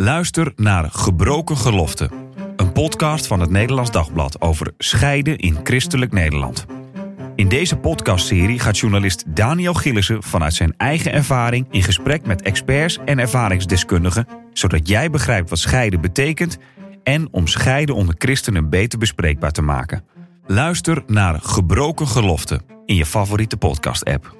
Luister naar Gebroken Geloften. Een podcast van het Nederlands Dagblad over scheiden in christelijk Nederland. In deze podcastserie gaat journalist Daniel Gillissen vanuit zijn eigen ervaring in gesprek met experts en ervaringsdeskundigen, zodat jij begrijpt wat scheiden betekent en om scheiden onder christenen beter bespreekbaar te maken. Luister naar Gebroken Geloften in je favoriete podcast-app.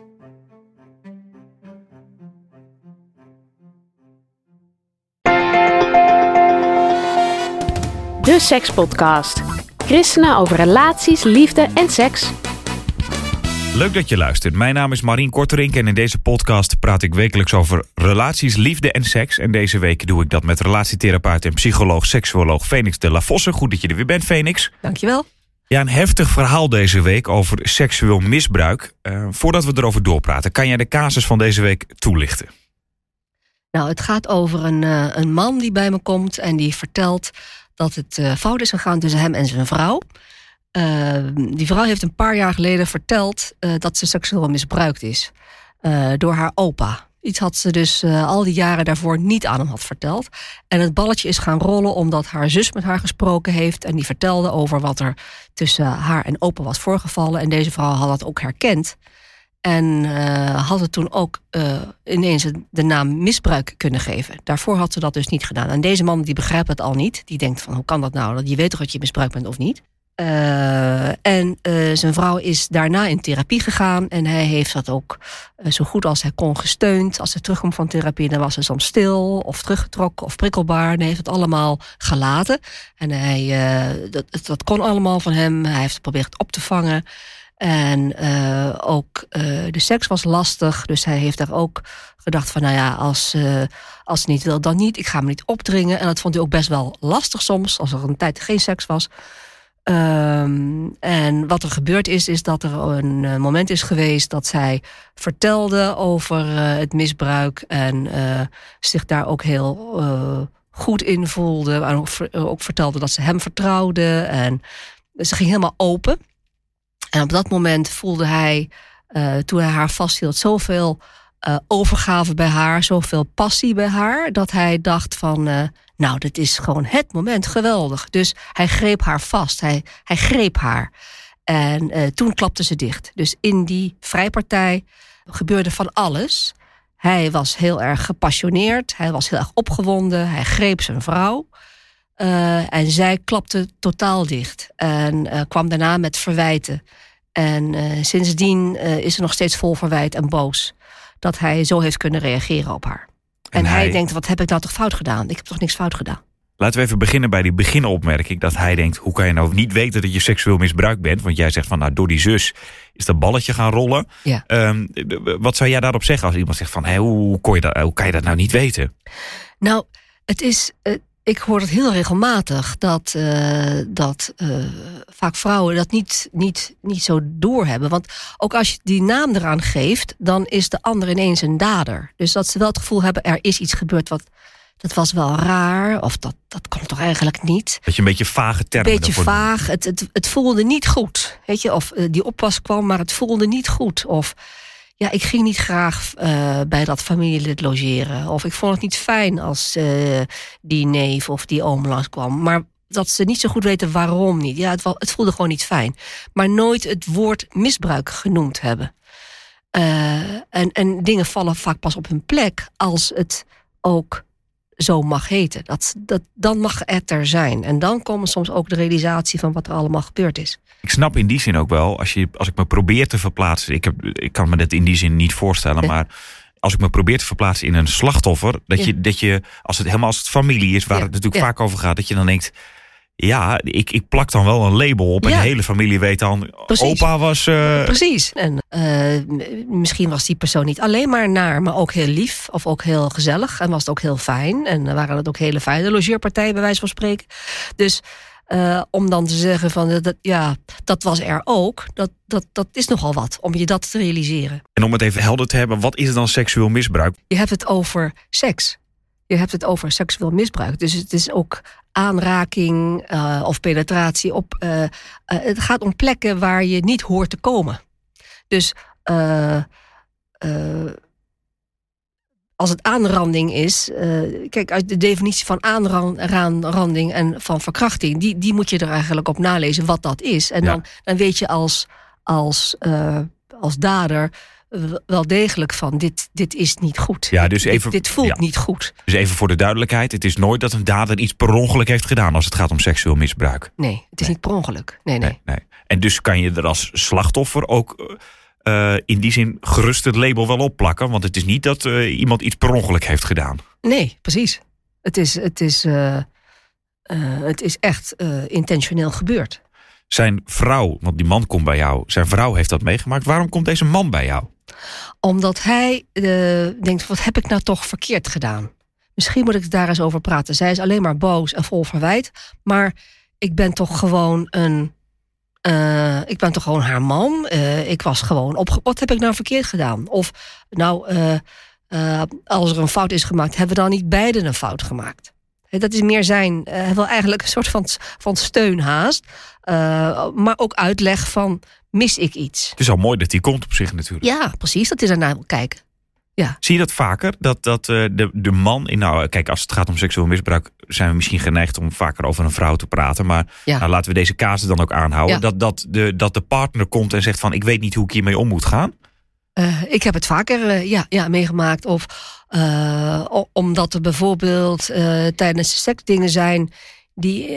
De Sekspodcast. Christenen over relaties, liefde en seks. Leuk dat je luistert. Mijn naam is Marien Korterink en in deze podcast praat ik wekelijks over relaties, liefde en seks. En deze week doe ik dat met relatietherapeut en psycholoog, seksuoloog Fenix de la Vosse. Goed dat je er weer bent, Fenix. Dankjewel. Ja, een heftig verhaal deze week over seksueel misbruik. Voordat we erover doorpraten, kan jij de casus van deze week toelichten? Nou, het gaat over een man die bij me komt en die vertelt dat het fout is gegaan tussen hem en zijn vrouw. Die vrouw heeft een paar jaar geleden verteld dat ze seksueel misbruikt is door haar opa. Iets had ze dus al die jaren daarvoor niet aan hem had verteld. En het balletje is gaan rollen omdat haar zus met haar gesproken heeft en die vertelde over wat er tussen haar en opa was voorgevallen. En deze vrouw had dat ook herkend. En had het toen ook ineens de naam misbruik kunnen geven. Daarvoor had ze dat dus niet gedaan. En deze man die begrijpt het al niet. Die denkt van, hoe kan dat nou? Je weet toch dat je misbruikt bent of niet? En zijn vrouw is daarna in therapie gegaan. En hij heeft dat ook zo goed als hij kon gesteund. Als hij terugkomt van therapie, dan was hij soms stil of teruggetrokken of prikkelbaar. En hij heeft het allemaal gelaten. En dat kon allemaal van hem. Hij heeft het geprobeerd op te vangen. En ook de seks was lastig. Dus hij heeft daar ook gedacht van, nou ja, als ze niet wil, dan niet. Ik ga me niet opdringen. En dat vond hij ook best wel lastig soms, als er een tijd geen seks was. En wat er gebeurd is dat er een moment is geweest dat zij vertelde over het misbruik. En zich daar ook heel goed in voelde. En ook vertelde dat ze hem vertrouwde. En ze ging helemaal open. En op dat moment voelde hij, toen hij haar vasthield, zoveel overgave bij haar, zoveel passie bij haar, dat hij dacht van, nou, dit is gewoon het moment, geweldig. Dus hij greep haar vast, hij greep haar. En toen klapte ze dicht. Dus in die vrijpartij gebeurde van alles. Hij was heel erg gepassioneerd, hij was heel erg opgewonden, hij greep zijn vrouw. En zij klapte totaal dicht en kwam daarna met verwijten. En sindsdien is ze nog steeds vol verwijt en boos dat hij zo heeft kunnen reageren op haar. En hij denkt, wat heb ik nou toch fout gedaan? Ik heb toch niks fout gedaan? Laten we even beginnen bij die beginopmerking. Dat hij denkt, hoe kan je nou niet weten dat je seksueel misbruikt bent? Want jij zegt van, nou, door die zus is dat balletje gaan rollen. Ja. Wat zou jij daarop zeggen als iemand zegt van, hoe kan je dat nou niet weten? Nou, het is... Ik hoor het heel regelmatig dat vaak vrouwen dat niet zo doorhebben. Want ook als je die naam eraan geeft, dan is de ander ineens een dader. Dus dat ze wel het gevoel hebben, er is iets gebeurd dat was wel raar. Of dat kon toch eigenlijk niet. Dat je een beetje vage termen. Beetje vaag. Het voelde niet goed. Weet je, of die oppas kwam, maar het voelde niet goed. Of ja, ik ging niet graag bij dat familielid logeren. Of ik vond het niet fijn als die neef of die oom langskwam. Maar dat ze niet zo goed weten waarom niet. Ja, het voelde gewoon niet fijn. Maar nooit het woord misbruik genoemd hebben. En dingen vallen vaak pas op hun plek als het ook zo mag heten. Dan mag het er zijn. En dan komen soms ook de realisatie van wat er allemaal gebeurd is. Ik snap in die zin ook wel, als ik me probeer te verplaatsen, ik kan me dat in die zin niet voorstellen, maar als ik me probeer te verplaatsen in een slachtoffer, dat je als het familie is, waar het natuurlijk vaak over gaat, dat je dan denkt, ja, ik plak dan wel een label op en de hele familie weet dan, precies. Opa was... Precies. En misschien was die persoon niet alleen maar naar, maar ook heel lief of ook heel gezellig en was het ook heel fijn. En waren het ook hele fijne logeerpartijen bij wijze van spreken. Dus om dan te zeggen van, dat was er ook, dat is nogal wat, om je dat te realiseren. En om het even helder te hebben, wat is dan seksueel misbruik? Je hebt het over seks. Je hebt het over seksueel misbruik. Dus het is ook aanraking of penetratie. Het gaat om plekken waar je niet hoort te komen. Dus als het aanranding is... kijk, uit de definitie van aanranding en van verkrachting... die moet je er eigenlijk op nalezen wat dat is. En dan weet je als dader wel degelijk van... dit is niet goed. Ja, dus even, dit voelt niet goed. Dus even voor de duidelijkheid... het is nooit dat een dader iets per ongeluk heeft gedaan... als het gaat om seksueel misbruik. Nee, het is niet per ongeluk. Nee. En dus kan je er als slachtoffer ook... in die zin gerust het label wel opplakken. Want het is niet dat iemand iets per ongeluk heeft gedaan. Nee, precies. Het is echt intentioneel gebeurd. Zijn vrouw, want die man komt bij jou... zijn vrouw heeft dat meegemaakt. Waarom komt deze man bij jou? Omdat hij denkt, wat heb ik nou toch verkeerd gedaan? Misschien moet ik daar eens over praten. Zij is alleen maar boos en vol verwijt. Maar ik ben toch gewoon haar man. Ik was gewoon wat heb ik nou verkeerd gedaan? Of als er een fout is gemaakt... hebben we dan niet beiden een fout gemaakt? Dat is meer hij wil eigenlijk een soort van steunhaast. Maar ook uitleg van, mis ik iets? Het is al mooi dat die komt op zich natuurlijk. Ja, precies. Dat is ernaar kijken. Ja. Zie je dat vaker? Dat de man... kijk, als het gaat om seksueel misbruik... zijn we misschien geneigd om vaker over een vrouw te praten. Maar laten we deze casus dan ook aanhouden. Ja. Dat de partner komt en zegt van... ik weet niet hoe ik hiermee om moet gaan. Ik heb het vaker meegemaakt. Of omdat er bijvoorbeeld tijdens de seks dingen zijn... die...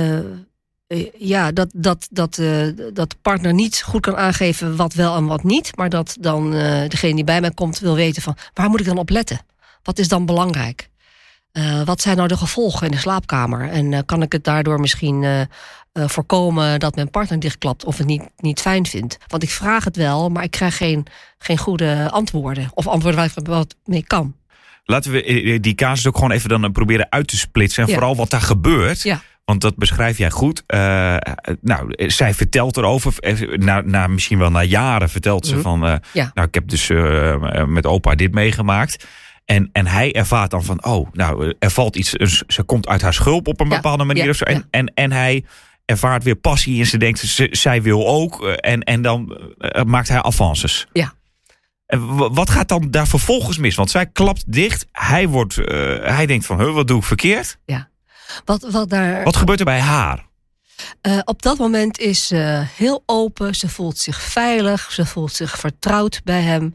dat de partner niet goed kan aangeven wat wel en wat niet. Maar dat dan degene die bij mij komt wil weten van... waar moet ik dan op letten? Wat is dan belangrijk? Wat zijn nou de gevolgen in de slaapkamer? En kan ik het daardoor misschien voorkomen dat mijn partner dichtklapt... of het niet fijn vindt? Want ik vraag het wel, maar ik krijg geen goede antwoorden. Of antwoorden waar ik wat mee kan. Laten we die casus ook gewoon even dan proberen uit te splitsen. En vooral wat daar gebeurt... Ja. Want dat beschrijf jij goed. Zij vertelt erover. Misschien wel na jaren vertelt ze van... ik heb dus met opa dit meegemaakt. En hij ervaart dan van... er valt iets... Ze komt uit haar schulp op een bepaalde manier. Of zo, en hij ervaart weer passie. En ze denkt, zij wil ook. En dan maakt hij avances. Ja. En wat gaat dan daar vervolgens mis? Want zij klapt dicht. Hij denkt van, wat doe ik verkeerd? Ja. Wat gebeurt er bij haar? Op dat moment is ze heel open. Ze voelt zich veilig. Ze voelt zich vertrouwd bij hem.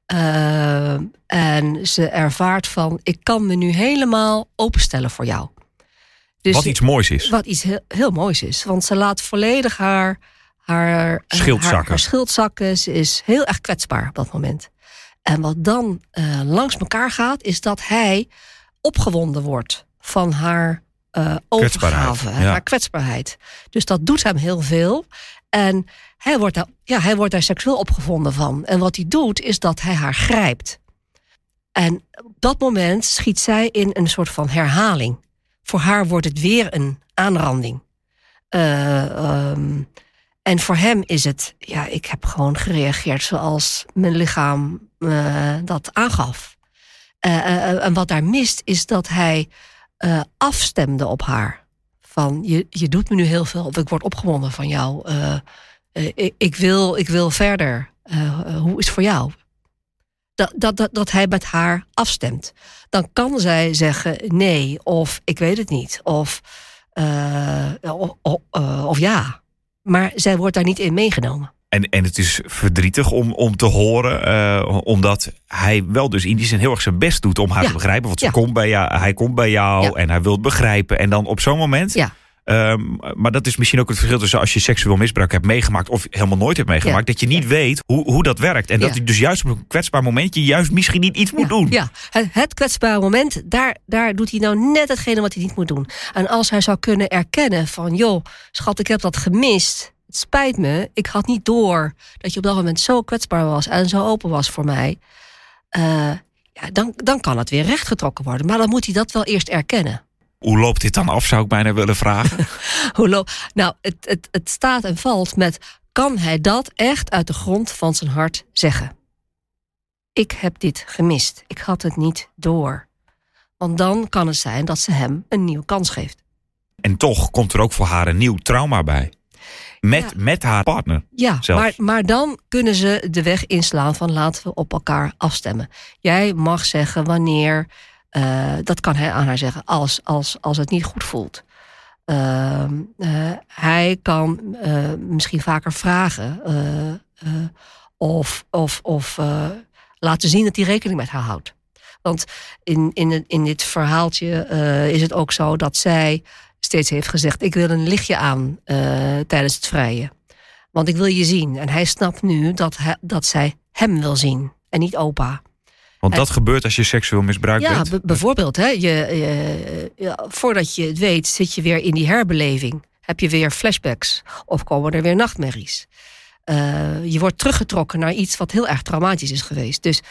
En ze ervaart van... ik kan me nu helemaal openstellen voor jou. Dus wat iets moois is. Wat iets heel moois is. Want ze laat volledig haar schild zakken. Ze is heel erg kwetsbaar op dat moment. En wat dan langs elkaar gaat... is dat hij opgewonden wordt van haar... overgave, haar kwetsbaarheid. Dus dat doet hem heel veel. En hij wordt daar seksueel opgewonden van. En wat hij doet, is dat hij haar grijpt. En op dat moment schiet zij in een soort van herhaling. Voor haar wordt het weer een aanranding. En voor hem is het... ik heb gewoon gereageerd zoals mijn lichaam dat aangaf. En wat daar mist, is dat hij... afstemde op haar. Van, je doet me nu heel veel, of ik word opgewonden van jou. Ik wil verder. Hoe is het voor jou? Dat hij met haar afstemt. Dan kan zij zeggen nee, of ik weet het niet. Of ja. Maar zij wordt daar niet in meegenomen. En het is verdrietig om te horen, omdat hij wel dus in die zin heel erg zijn best doet om haar te begrijpen. Want hij komt bij jou en hij wil het begrijpen. En dan op zo'n moment... Ja. Maar dat is misschien ook het verschil tussen als je seksueel misbruik hebt meegemaakt of helemaal nooit hebt meegemaakt. Dat je niet weet hoe dat werkt. En dat hij dus juist op een kwetsbaar momentje juist misschien niet iets moet doen. Ja, het kwetsbare moment, daar doet hij nou net hetgene wat hij niet moet doen. En als hij zou kunnen erkennen van, joh, schat, ik heb dat gemist. Het spijt me, ik had niet door dat je op dat moment zo kwetsbaar was en zo open was voor mij. Dan kan het weer rechtgetrokken worden. Maar dan moet hij dat wel eerst erkennen. Hoe loopt dit dan af, zou ik bijna willen vragen? Het staat en valt met... kan hij dat echt uit de grond van zijn hart zeggen? Ik heb dit gemist. Ik had het niet door. Want dan kan het zijn dat ze hem een nieuwe kans geeft. En toch komt er ook voor haar een nieuw trauma bij. Met haar partner. Ja, maar dan kunnen ze de weg inslaan van laten we op elkaar afstemmen. Jij mag zeggen wanneer, dat kan hij aan haar zeggen, als het niet goed voelt. Hij kan misschien vaker vragen of laten zien dat hij rekening met haar houdt. Want in dit verhaaltje is het ook zo dat zij steeds heeft gezegd, ik wil een lichtje aan tijdens het vrijen. Want ik wil je zien. En hij snapt nu dat zij hem wil zien en niet opa. Want dat gebeurt als je seksueel misbruikt bent? Ja, bijvoorbeeld. Hè, voordat je het weet zit je weer in die herbeleving. Heb je weer flashbacks of komen er weer nachtmerries. Je wordt teruggetrokken naar iets wat heel erg traumatisch is geweest. Dus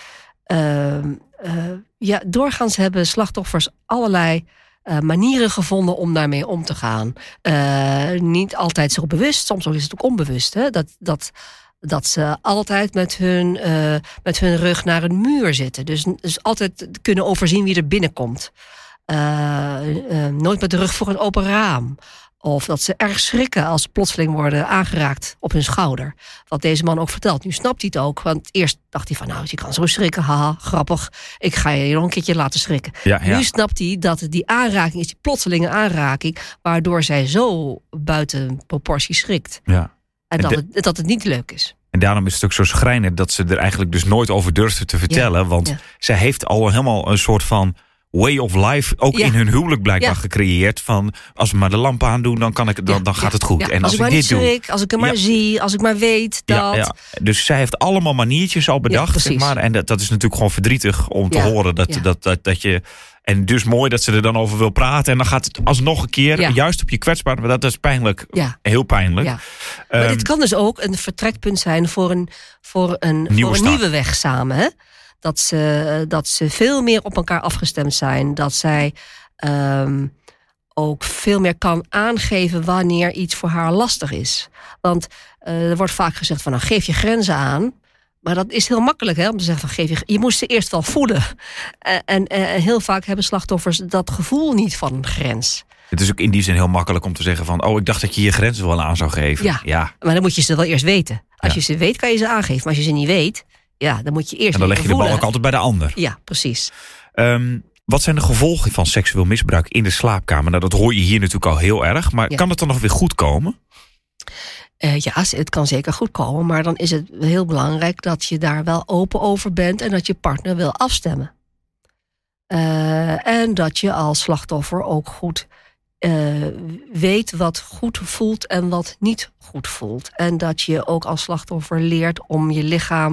doorgaans hebben slachtoffers allerlei manieren gevonden om daarmee om te gaan. Niet altijd zo bewust, soms is het ook onbewust. Hè? Dat ze altijd met hun rug naar een muur zitten. Dus altijd kunnen overzien wie er binnenkomt. Nooit met de rug voor een open raam. Of dat ze erg schrikken als ze plotseling worden aangeraakt op hun schouder. Wat deze man ook vertelt. Nu snapt hij het ook. Want eerst dacht hij van je kan zo schrikken. Haha, grappig. Ik ga je nog een keertje laten schrikken. Ja. Nu snapt hij dat het die aanraking is. Die plotselinge aanraking. Waardoor zij zo buiten proportie schrikt. Ja. En dat het niet leuk is. En daarom is het ook zo schrijnend dat ze er eigenlijk dus nooit over durfde te vertellen. Want zij heeft al helemaal een soort van way of life ook in hun huwelijk blijkbaar gecreëerd. Van als we maar de lamp aandoen, dan gaat het goed. Ja. En als ik dit doe, als ik hem maar zie, als ik maar weet dat. Ja. Dus zij heeft allemaal maniertjes al bedacht. Zeg maar. En dat is natuurlijk gewoon verdrietig om te horen dat je. En dus mooi dat ze er dan over wil praten. En dan gaat het alsnog een keer juist op je kwetsbaar. Maar dat is pijnlijk. Ja. Heel pijnlijk. Ja. Maar dit kan dus ook een vertrekpunt zijn voor een nieuwe weg samen. Hè? Dat ze veel meer op elkaar afgestemd zijn. Dat zij ook veel meer kan aangeven wanneer iets voor haar lastig is. Want er wordt vaak gezegd van geef je grenzen aan. Maar dat is heel makkelijk om te zeggen van je moest ze eerst wel voelen. En heel vaak hebben slachtoffers dat gevoel niet van een grens. Het is ook in die zin heel makkelijk om te zeggen van ik dacht dat je je grenzen wel aan zou geven. Ja. Maar dan moet je ze wel eerst weten. Als je ze weet kan je ze aangeven. Maar als je ze niet weet, dan moet je eerst en dan leg je de bal ook altijd bij de ander. Ja, precies. Wat zijn de gevolgen van seksueel misbruik in de slaapkamer? Nou, dat hoor je hier natuurlijk al heel erg. Maar kan het dan nog weer goed komen? Het kan zeker goed komen. Maar dan is het heel belangrijk dat je daar wel open over bent. En dat je partner wil afstemmen. En dat je als slachtoffer ook goed weet wat goed voelt en wat niet goed voelt. En dat je ook als slachtoffer leert om je lichaam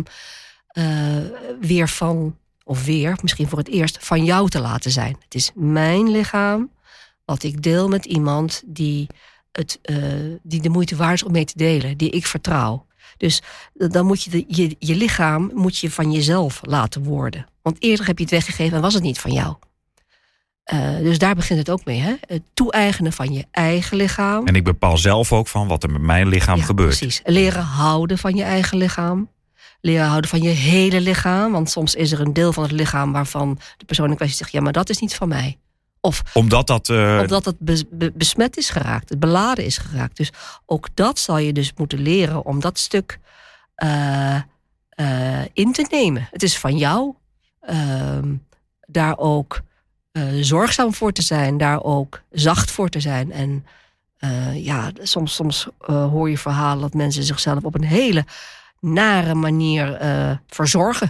misschien voor het eerst van jou te laten zijn. Het is mijn lichaam wat ik deel met iemand die de moeite waard is om mee te delen, die ik vertrouw. Dus dan moet je je lichaam moet je van jezelf laten worden. Want eerder heb je het weggegeven en was het niet van jou. Dus daar begint het ook mee. Hè? Het toe-eigenen van je eigen lichaam. En ik bepaal zelf ook van wat er met mijn lichaam gebeurt. Precies. Leren houden van je eigen lichaam. Leren houden van je hele lichaam. Want soms is er een deel van het lichaam waarvan de persoon in kwestie zegt, maar dat is niet van mij. Of omdat het besmet is geraakt, het beladen is geraakt. Dus ook dat zal je dus moeten leren om dat stuk in te nemen. Het is van jou. Daar ook zorgzaam voor te zijn, daar ook zacht voor te zijn. En soms hoor je verhalen dat mensen zichzelf op een hele nare manier verzorgen.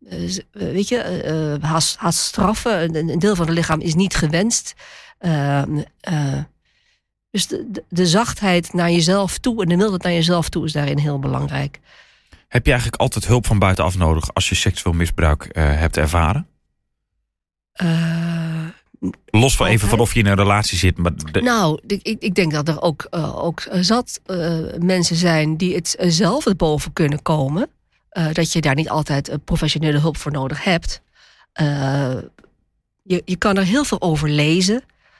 Haast straffen. Een deel van het lichaam is niet gewenst. Dus de zachtheid naar jezelf toe en de mildheid naar jezelf toe is daarin heel belangrijk. Heb je eigenlijk altijd hulp van buitenaf nodig als je seksueel misbruik hebt ervaren? Los van even van of je in een relatie zit. Maar ik denk dat er ook zat mensen zijn die het zelf boven kunnen komen. Dat je daar niet altijd professionele hulp voor nodig hebt. Je kan er heel veel over lezen.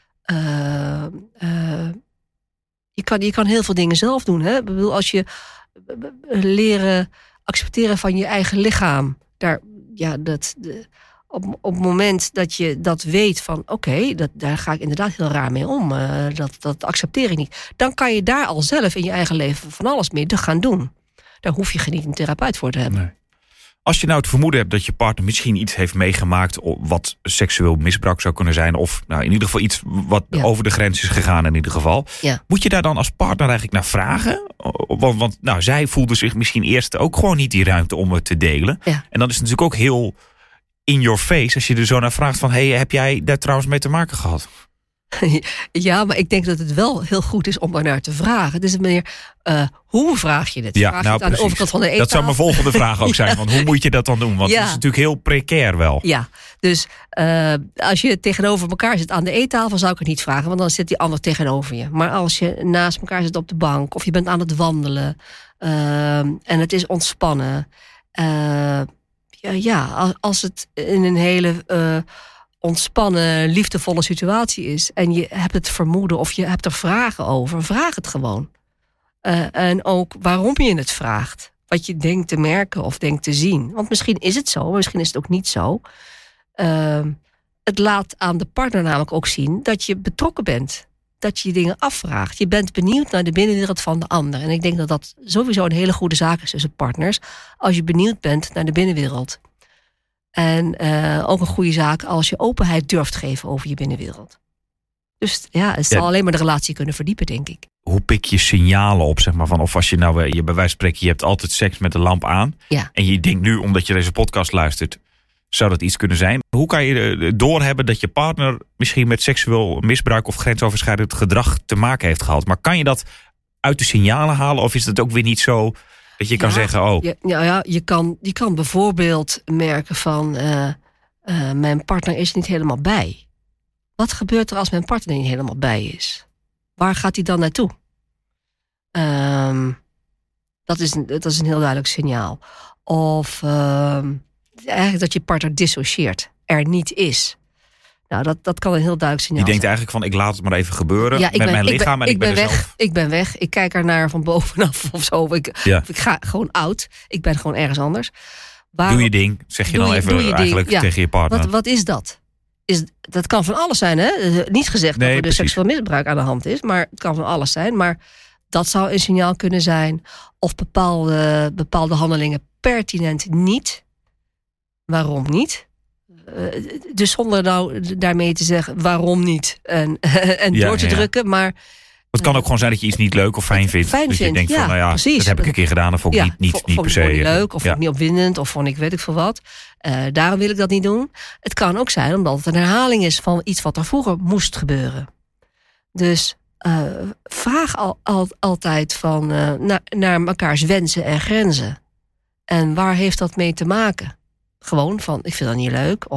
Je kan heel veel dingen zelf doen. Hè? Ik bedoel, als je leren accepteren van je eigen lichaam. op het moment dat je dat weet van... oké, daar ga ik inderdaad heel raar mee om. Dat accepteer ik niet. Dan kan je daar al zelf in je eigen leven van alles mee te gaan doen. Daar hoef je geen therapeut voor te hebben. Nee. Als je nou het vermoeden hebt dat je partner misschien iets heeft meegemaakt... wat seksueel misbruik zou kunnen zijn... of in ieder geval iets wat over de grens is gegaan in ieder geval... moet je daar dan als partner eigenlijk naar vragen? Want zij voelde zich misschien eerst ook gewoon niet die ruimte om het te delen. Ja. En dan is het natuurlijk ook heel in your face... als je er zo naar vraagt van... heb jij daar trouwens mee te maken gehad? Ja, maar ik denk dat het wel heel goed is om daarnaar te vragen. Dus meneer, hoe vraag je dit? Vraag je het aan de overkant van de eettafel? Dat zou mijn volgende vraag ook zijn. Want hoe moet je dat dan doen? Want het is natuurlijk heel precair wel. Ja, dus als je tegenover elkaar zit aan de eettafel... zou ik het niet vragen, want dan zit die ander tegenover je. Maar als je naast elkaar zit op de bank... of je bent aan het wandelen... en het is ontspannen... als het in een hele... ontspannen, liefdevolle situatie is... en je hebt het vermoeden of je hebt er vragen over... vraag het gewoon. En ook waarom je het vraagt. Wat je denkt te merken of denkt te zien. Want misschien is het zo, misschien is het ook niet zo. Het laat aan de partner namelijk ook zien... dat je betrokken bent. Dat je dingen afvraagt. Je bent benieuwd naar de binnenwereld van de ander. En ik denk dat dat sowieso een hele goede zaak is tussen partners... als je benieuwd bent naar de binnenwereld... En ook een goede zaak als je openheid durft geven over je binnenwereld. Dus het zal alleen maar de relatie kunnen verdiepen, denk ik. Hoe pik je signalen op, zeg maar, van of als je nou, je bij wijze van spreken, je hebt altijd seks met de lamp aan. Ja. En je denkt nu, omdat je deze podcast luistert, zou dat iets kunnen zijn. Hoe kan je doorhebben dat je partner misschien met seksueel misbruik of grensoverschrijdend gedrag te maken heeft gehad? Maar kan je dat uit de signalen halen of is dat ook weer niet zo... dat je kan zeggen, je kan bijvoorbeeld merken van... mijn partner is niet helemaal bij. Wat gebeurt er als mijn partner niet helemaal bij is? Waar gaat hij dan naartoe? Dat is een heel duidelijk signaal. Of eigenlijk dat je partner dissocieert. Er niet is. Nou, dat kan een heel duidelijk signaal zijn. Je denkt eigenlijk van, ik laat het maar even gebeuren met mijn lichaam en ik ben er weg. Zelf. Ik ben weg. Ik kijk ernaar van bovenaf of zo. Ik ga gewoon oud. Ik ben gewoon ergens anders. Doe je ding, zeg je dan even eigenlijk tegen je partner. Wat is dat? Dat kan van alles zijn, hè? Niet gezegd dat er seksueel misbruik aan de hand is, maar het kan van alles zijn. Maar dat zou een signaal kunnen zijn. Of bepaalde handelingen pertinent niet. Waarom niet? Dus zonder nou daarmee te zeggen waarom niet en door te drukken, maar... Het kan ook gewoon zijn dat je iets niet leuk of fijn vindt. Dat je denkt van, precies. Dat heb ik een keer gedaan, of vond ik niet per se. Vond ik leuk, of vond ik niet opwindend, of vond ik weet ik veel wat. Daarom wil ik dat niet doen. Het kan ook zijn omdat het een herhaling is van iets wat er vroeger moest gebeuren. Dus vraag altijd van naar mekaars wensen en grenzen. En waar heeft dat mee te maken? Gewoon van, ik vind dat niet leuk.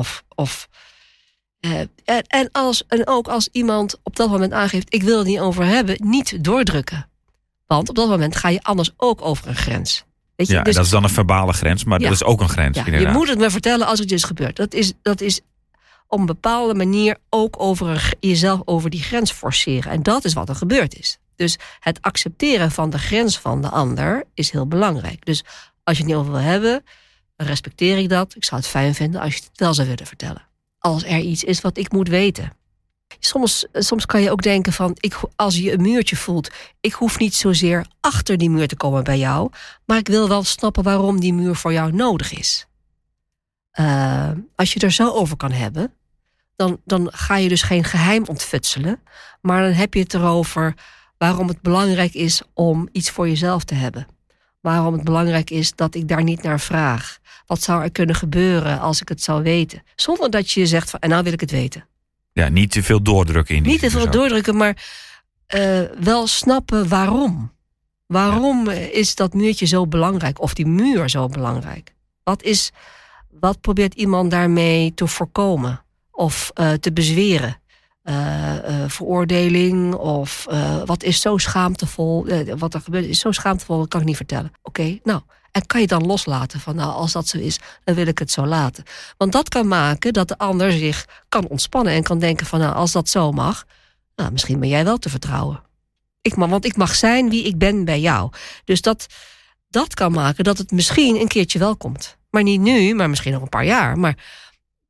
En ook als iemand op dat moment aangeeft... ik wil het niet over hebben, niet doordrukken. Want op dat moment ga je anders ook over een grens. Weet je? Ja, dus, dat is dan een verbale grens, maar dat is ook een grens. Ja, je moet het me vertellen als het dus gebeurt. Dat is op een bepaalde manier ook jezelf over die grens forceren. En dat is wat er gebeurd is. Dus het accepteren van de grens van de ander is heel belangrijk. Dus als je het niet over wil hebben... respecteer ik dat. Ik zou het fijn vinden als je het wel zou willen vertellen. Als er iets is wat ik moet weten. Soms kan je ook denken van... als je een muurtje voelt... ik hoef niet zozeer achter die muur te komen bij jou... maar ik wil wel snappen waarom die muur voor jou nodig is. Als je er zo over kan hebben... dan ga je dus geen geheim ontfutselen... maar dan heb je het erover... waarom het belangrijk is om iets voor jezelf te hebben. Waarom het belangrijk is dat ik daar niet naar vraag. Wat zou er kunnen gebeuren als ik het zou weten? Zonder dat je zegt van, en nou wil ik het weten. Ja, niet te veel doordrukken in die Niet te veel doordrukken, maar wel snappen waarom. Waarom is dat muurtje zo belangrijk? Of die muur zo belangrijk? Wat probeert iemand daarmee te voorkomen? Of te bezweren? Veroordeling of wat is zo schaamtevol. Wat er gebeurt is zo schaamtevol, dat kan ik niet vertellen. Oké, nou, en kan je dan loslaten van, nou, als dat zo is, dan wil ik het zo laten. Want dat kan maken dat de ander zich kan ontspannen en kan denken van, nou, als dat zo mag, nou, misschien ben jij wel te vertrouwen. Want ik mag zijn wie ik ben bij jou. Dus dat kan maken dat het misschien een keertje wel komt. Maar niet nu, maar misschien nog een paar jaar. Maar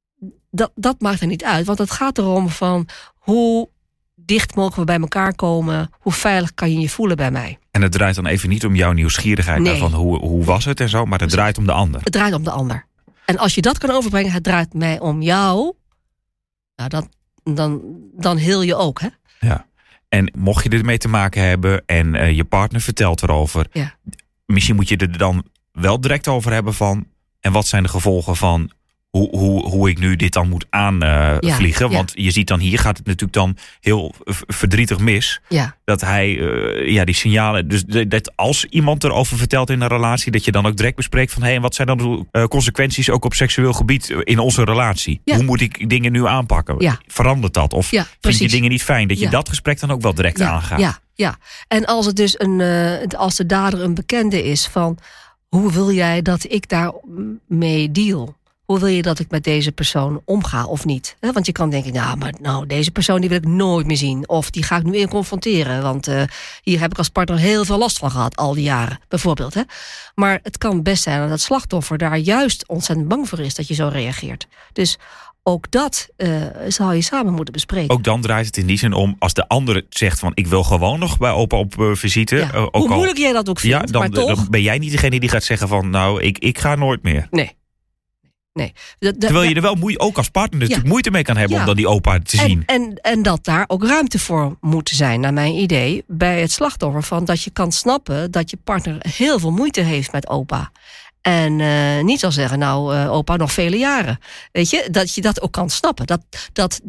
dat maakt er niet uit. Want het gaat erom van hoe dicht mogen we bij elkaar komen? Hoe veilig kan je je voelen bij mij? En het draait dan even niet om jouw nieuwsgierigheid naar van hoe was het en zo, maar het draait om de ander. Het draait om de ander. En als je dat kan overbrengen, het draait mij om jou, nou, dan heel je ook, hè? Ja. En mocht je ermee te maken hebben en je partner vertelt erover, misschien moet je er dan wel direct over hebben van, en wat zijn de gevolgen van hoe ik nu dit dan moet aanvliegen. Want je ziet dan hier gaat het natuurlijk dan heel verdrietig mis. Ja. Dat hij die signalen. Dus dat als iemand erover vertelt in een relatie, dat je dan ook direct bespreekt van en wat zijn dan de consequenties ook op seksueel gebied in onze relatie? Ja. Hoe moet ik dingen nu aanpakken? Ja. Verandert dat? Of vind je dingen niet fijn? Dat je dat gesprek dan ook wel direct aangaat. Ja. En als het dus als de dader een bekende is van hoe wil jij dat ik daarmee deal? Hoe wil je dat ik met deze persoon omga of niet? Want je kan denken, deze persoon die wil ik nooit meer zien. Of die ga ik nu weer confronteren. Want hier heb ik als partner heel veel last van gehad, al die jaren, bijvoorbeeld. Hè? Maar het kan best zijn dat het slachtoffer daar juist ontzettend bang voor is dat je zo reageert. Dus ook dat zal je samen moeten bespreken. Ook dan draait het in die zin om, als de andere zegt van ik wil gewoon nog bij opa op visite. Ja, hoe moeilijk jij dat ook vindt, maar toch. Dan ben jij niet degene die gaat zeggen van ik ga nooit meer. Nee. Terwijl je er wel ook als partner natuurlijk moeite mee kan hebben om dan die opa te zien. En dat daar ook ruimte voor moet zijn, naar mijn idee, bij het slachtoffer. Van dat je kan snappen dat je partner heel veel moeite heeft met opa. En niet zal zeggen, opa nog vele jaren. Weet je, dat je dat ook kan snappen. Dat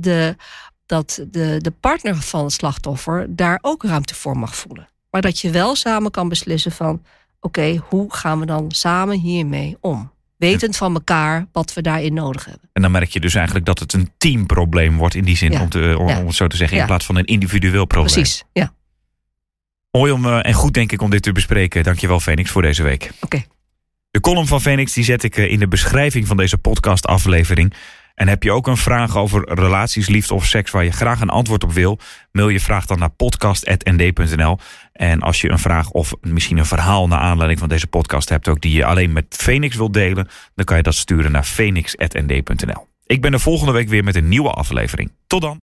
de partner van het slachtoffer daar ook ruimte voor mag voelen. Maar dat je wel samen kan beslissen van, oké, hoe gaan we dan samen hiermee om? Wetend van elkaar wat we daarin nodig hebben. En dan merk je dus eigenlijk dat het een teamprobleem wordt in die zin, om het zo te zeggen, in plaats van een individueel probleem. Precies, ja. Mooi en goed denk ik om dit te bespreken. Dankjewel Phoenix voor deze week. Oké. De column van Phoenix die zet ik in de beschrijving van deze podcastaflevering. En heb je ook een vraag over relaties, liefde of seks waar je graag een antwoord op wil? Mail je vraag dan naar podcast@nd.nl. En als je een vraag of misschien een verhaal naar aanleiding van deze podcast hebt, ook die je alleen met Phoenix wilt delen, dan kan je dat sturen naar phoenix@nd.nl. Ik ben er volgende week weer met een nieuwe aflevering. Tot dan!